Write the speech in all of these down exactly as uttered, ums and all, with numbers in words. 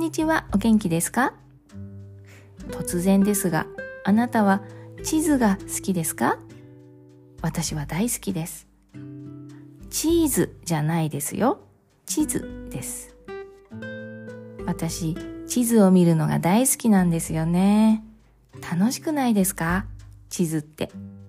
にちは、お元気ですか？突然ですが、あなたは地図が好きですか？私は大好きです。チーズじゃないですよ。地図です。私、地図を見るのが大好きなんですよね。楽しくないですか？地図って。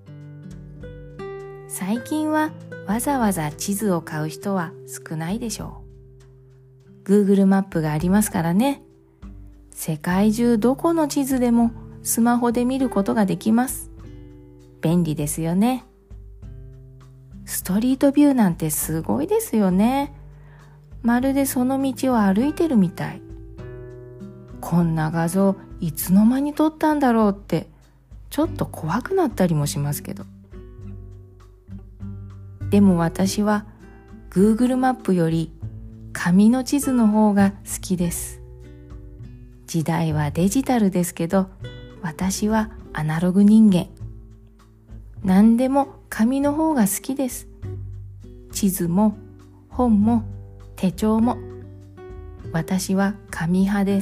最近はわざわざ地図を買う人は少ないでしょう。Google マップがありますからね。世界中どこの地図でもスマホで見ることができます。便利ですよね。ストリートビューなんてすごいですよね。まるでその道を歩いてるみたい。こんな画像いつの間に撮ったんだろうってちょっと怖くなったりもしますけど。でも私は Google マップより紙の地図の方が好きです。時代はデジタルですけど、私はアナログ人間。何でも紙の方が好きです。地図も本も手帳も。私は紙派です。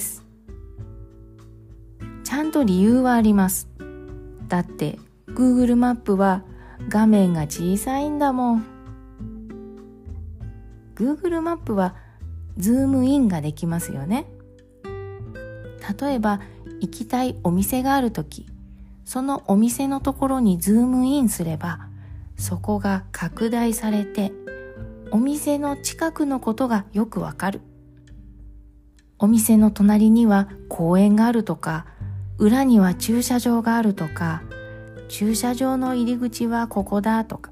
ちゃんと理由はあります。だって Google マップは画面が小さいんだもん。Google マップはズームインができますよね。例えば行きたいお店があるとき、そのお店のところにズームインすれば、そこが拡大されて、お店の近くのことがよくわかる。お店の隣には公園があるとか、裏には駐車場があるとか、駐車場の入り口はここだとか。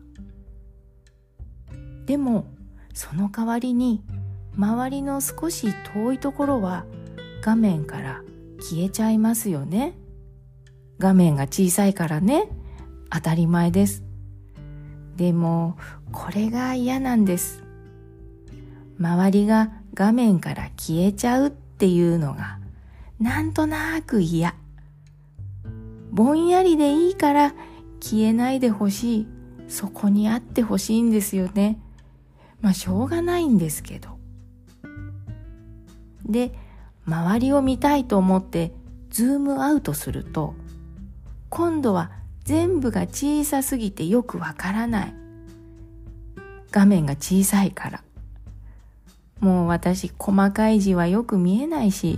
でも、その代わりに、周りの少し遠いところは画面から消えちゃいますよね。画面が小さいからね。当たり前です。でも、これが嫌なんです。周りが画面から消えちゃうっていうのが、なんとなく嫌。ぼんやりでいいから消えないでほしい。そこにあってほしいんですよね。まあしょうがないんですけど。で、周りを見たいと思ってズームアウトすると、今度は全部が小さすぎてよくわからない。画面が小さいから。もう私細かい字はよく見えないし。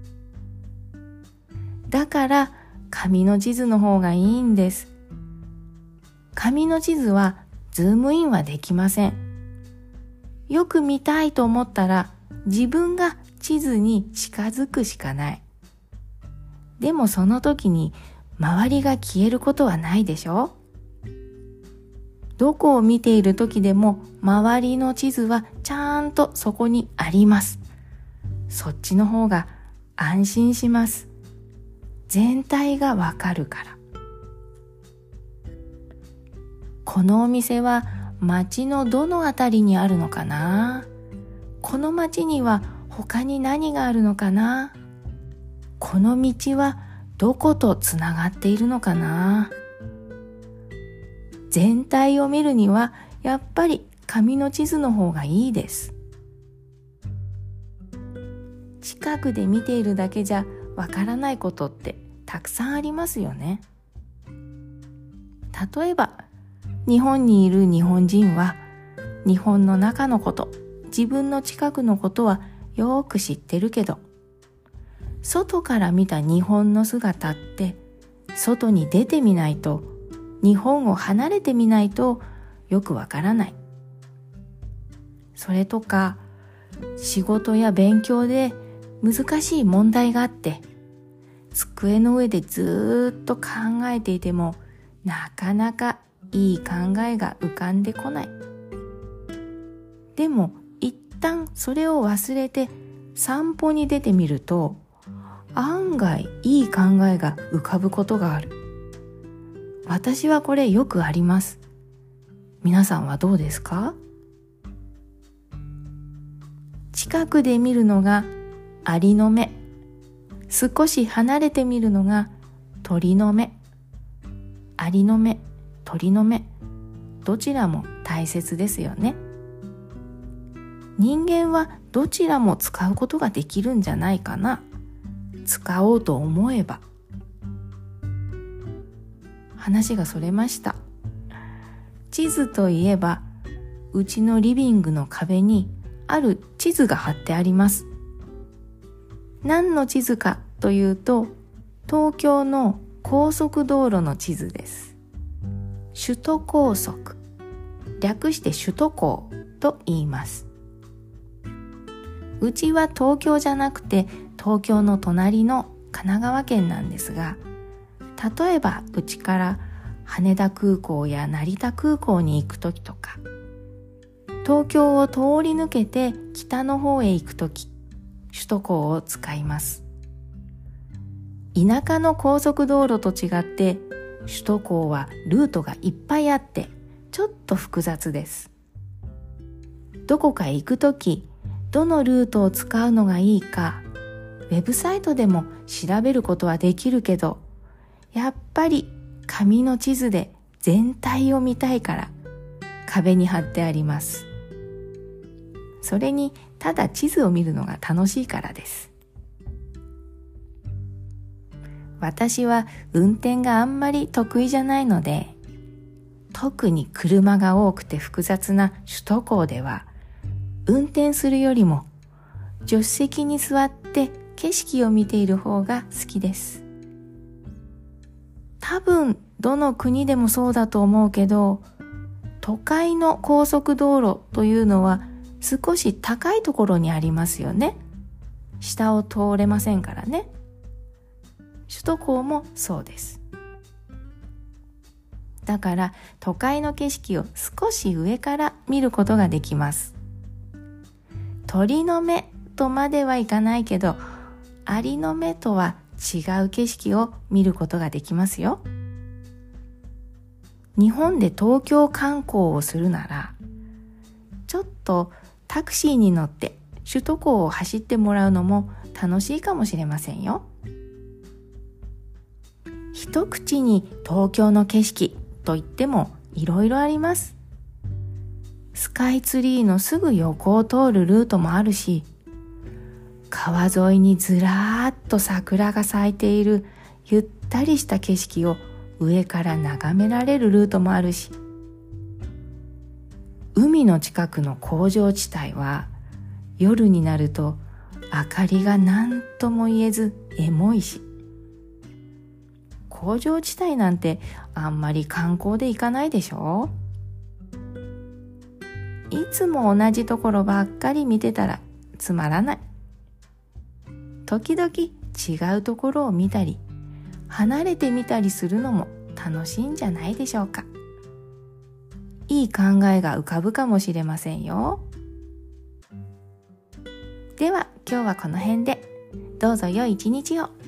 だから紙の地図の方がいいんです。紙の地図はズームインはできません。よく見たいと思ったら自分が地図に近づくしかない。でもその時に周りが消えることはないでしょ？どこを見ている時でも周りの地図はちゃんとそこにあります。そっちの方が安心します。全体がわかるから。このお店は街のどのあたりにあるのかな？この街には他に何があるのかな？この道はどことつながっているのかな？全体を見るにはやっぱり紙の地図の方がいいです。近くで見ているだけじゃわからないことってたくさんありますよね。例えば日本にいる日本人は日本の中のこと、自分の近くのことはよく知ってるけど、外から見た日本の姿って外に出てみないと、日本を離れてみないとよくわからない。それとか仕事や勉強で難しい問題があって、机の上でずーっと考えていてもなかなかいい考えが浮かんでこない。でも一旦それを忘れて散歩に出てみると、案外いい考えが浮かぶことがある。私はこれよくあります。皆さんはどうですか？近くで見るのがアリの目、少し離れて見るのが鳥の目。アリの目、鳥の目、どちらも大切ですよね。 人間はどちらも使うことができるんじゃないかな。使おうと思えば。話がそれました。地図といえば、うちのリビングの壁にある地図が貼ってあります。何の地図かというと、東京の高速道路の地図です。首都高速、略して首都高と言います。うちは東京じゃなくて東京の隣の神奈川県なんですが、例えばうちから羽田空港や成田空港に行くときとか、東京を通り抜けて北の方へ行くとき、首都高を使います。田舎の高速道路と違って首都高はルートがいっぱいあってちょっと複雑です。どこかへ行くとき、どのルートを使うのがいいか、ウェブサイトでも調べることはできるけど、やっぱり紙の地図で全体を見たいから壁に貼ってあります。それにただ地図を見るのが楽しいからです。私は運転があんまり得意じゃないので、特に車が多くて複雑な首都高では、運転するよりも助手席に座って景色を見ている方が好きです。多分どの国でもそうだと思うけど、都会の高速道路というのは少し高いところにありますよね。下を通れませんからね。首都高もそうです。だから都会の景色を少し上から見ることができます。鳥の目とまではいかないけど、アリの目とは違う景色を見ることができますよ。日本で東京観光をするなら、ちょっとタクシーに乗って首都高を走ってもらうのも楽しいかもしれませんよ。一口に東京の景色といってもいろいろあります。スカイツリーのすぐ横を通るルートもあるし、川沿いにずらーっと桜が咲いているゆったりした景色を上から眺められるルートもあるし、海の近くの工場地帯は夜になると明かりが何とも言えずエモいし、工場地帯なんてあんまり観光で行かないでしょ。いつも同じところばっかり見てたらつまらない。時々違うところを見たり、離れてみたりするのも楽しいんじゃないでしょうか。いい考えが浮かぶかもしれませんよ。では今日はこの辺で、どうぞ良い一日を。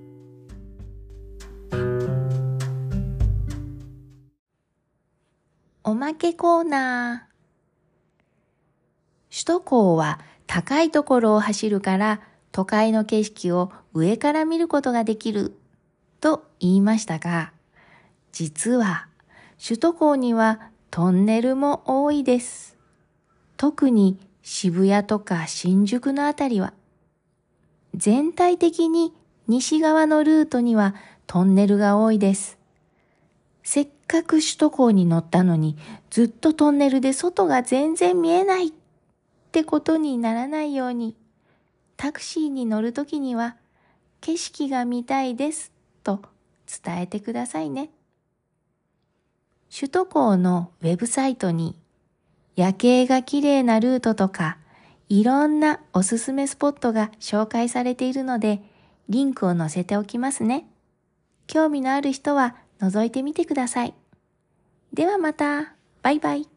おまけコーナー。首都高は高いところを走るから都会の景色を上から見ることができると言いましたが、実は首都高にはトンネルも多いです。特に渋谷とか新宿のあたりは、全体的に西側のルートにはトンネルが多いです。せっかく首都高に乗ったのにずっとトンネルで外が全然見えないってことにならないように、タクシーに乗るときには景色が見たいですと伝えてくださいね。首都高のウェブサイトに夜景が綺麗なルートとかいろんなおすすめスポットが紹介されているので、リンクを載せておきますね。興味のある人は覗いてみてください。ではまた。バイバイ。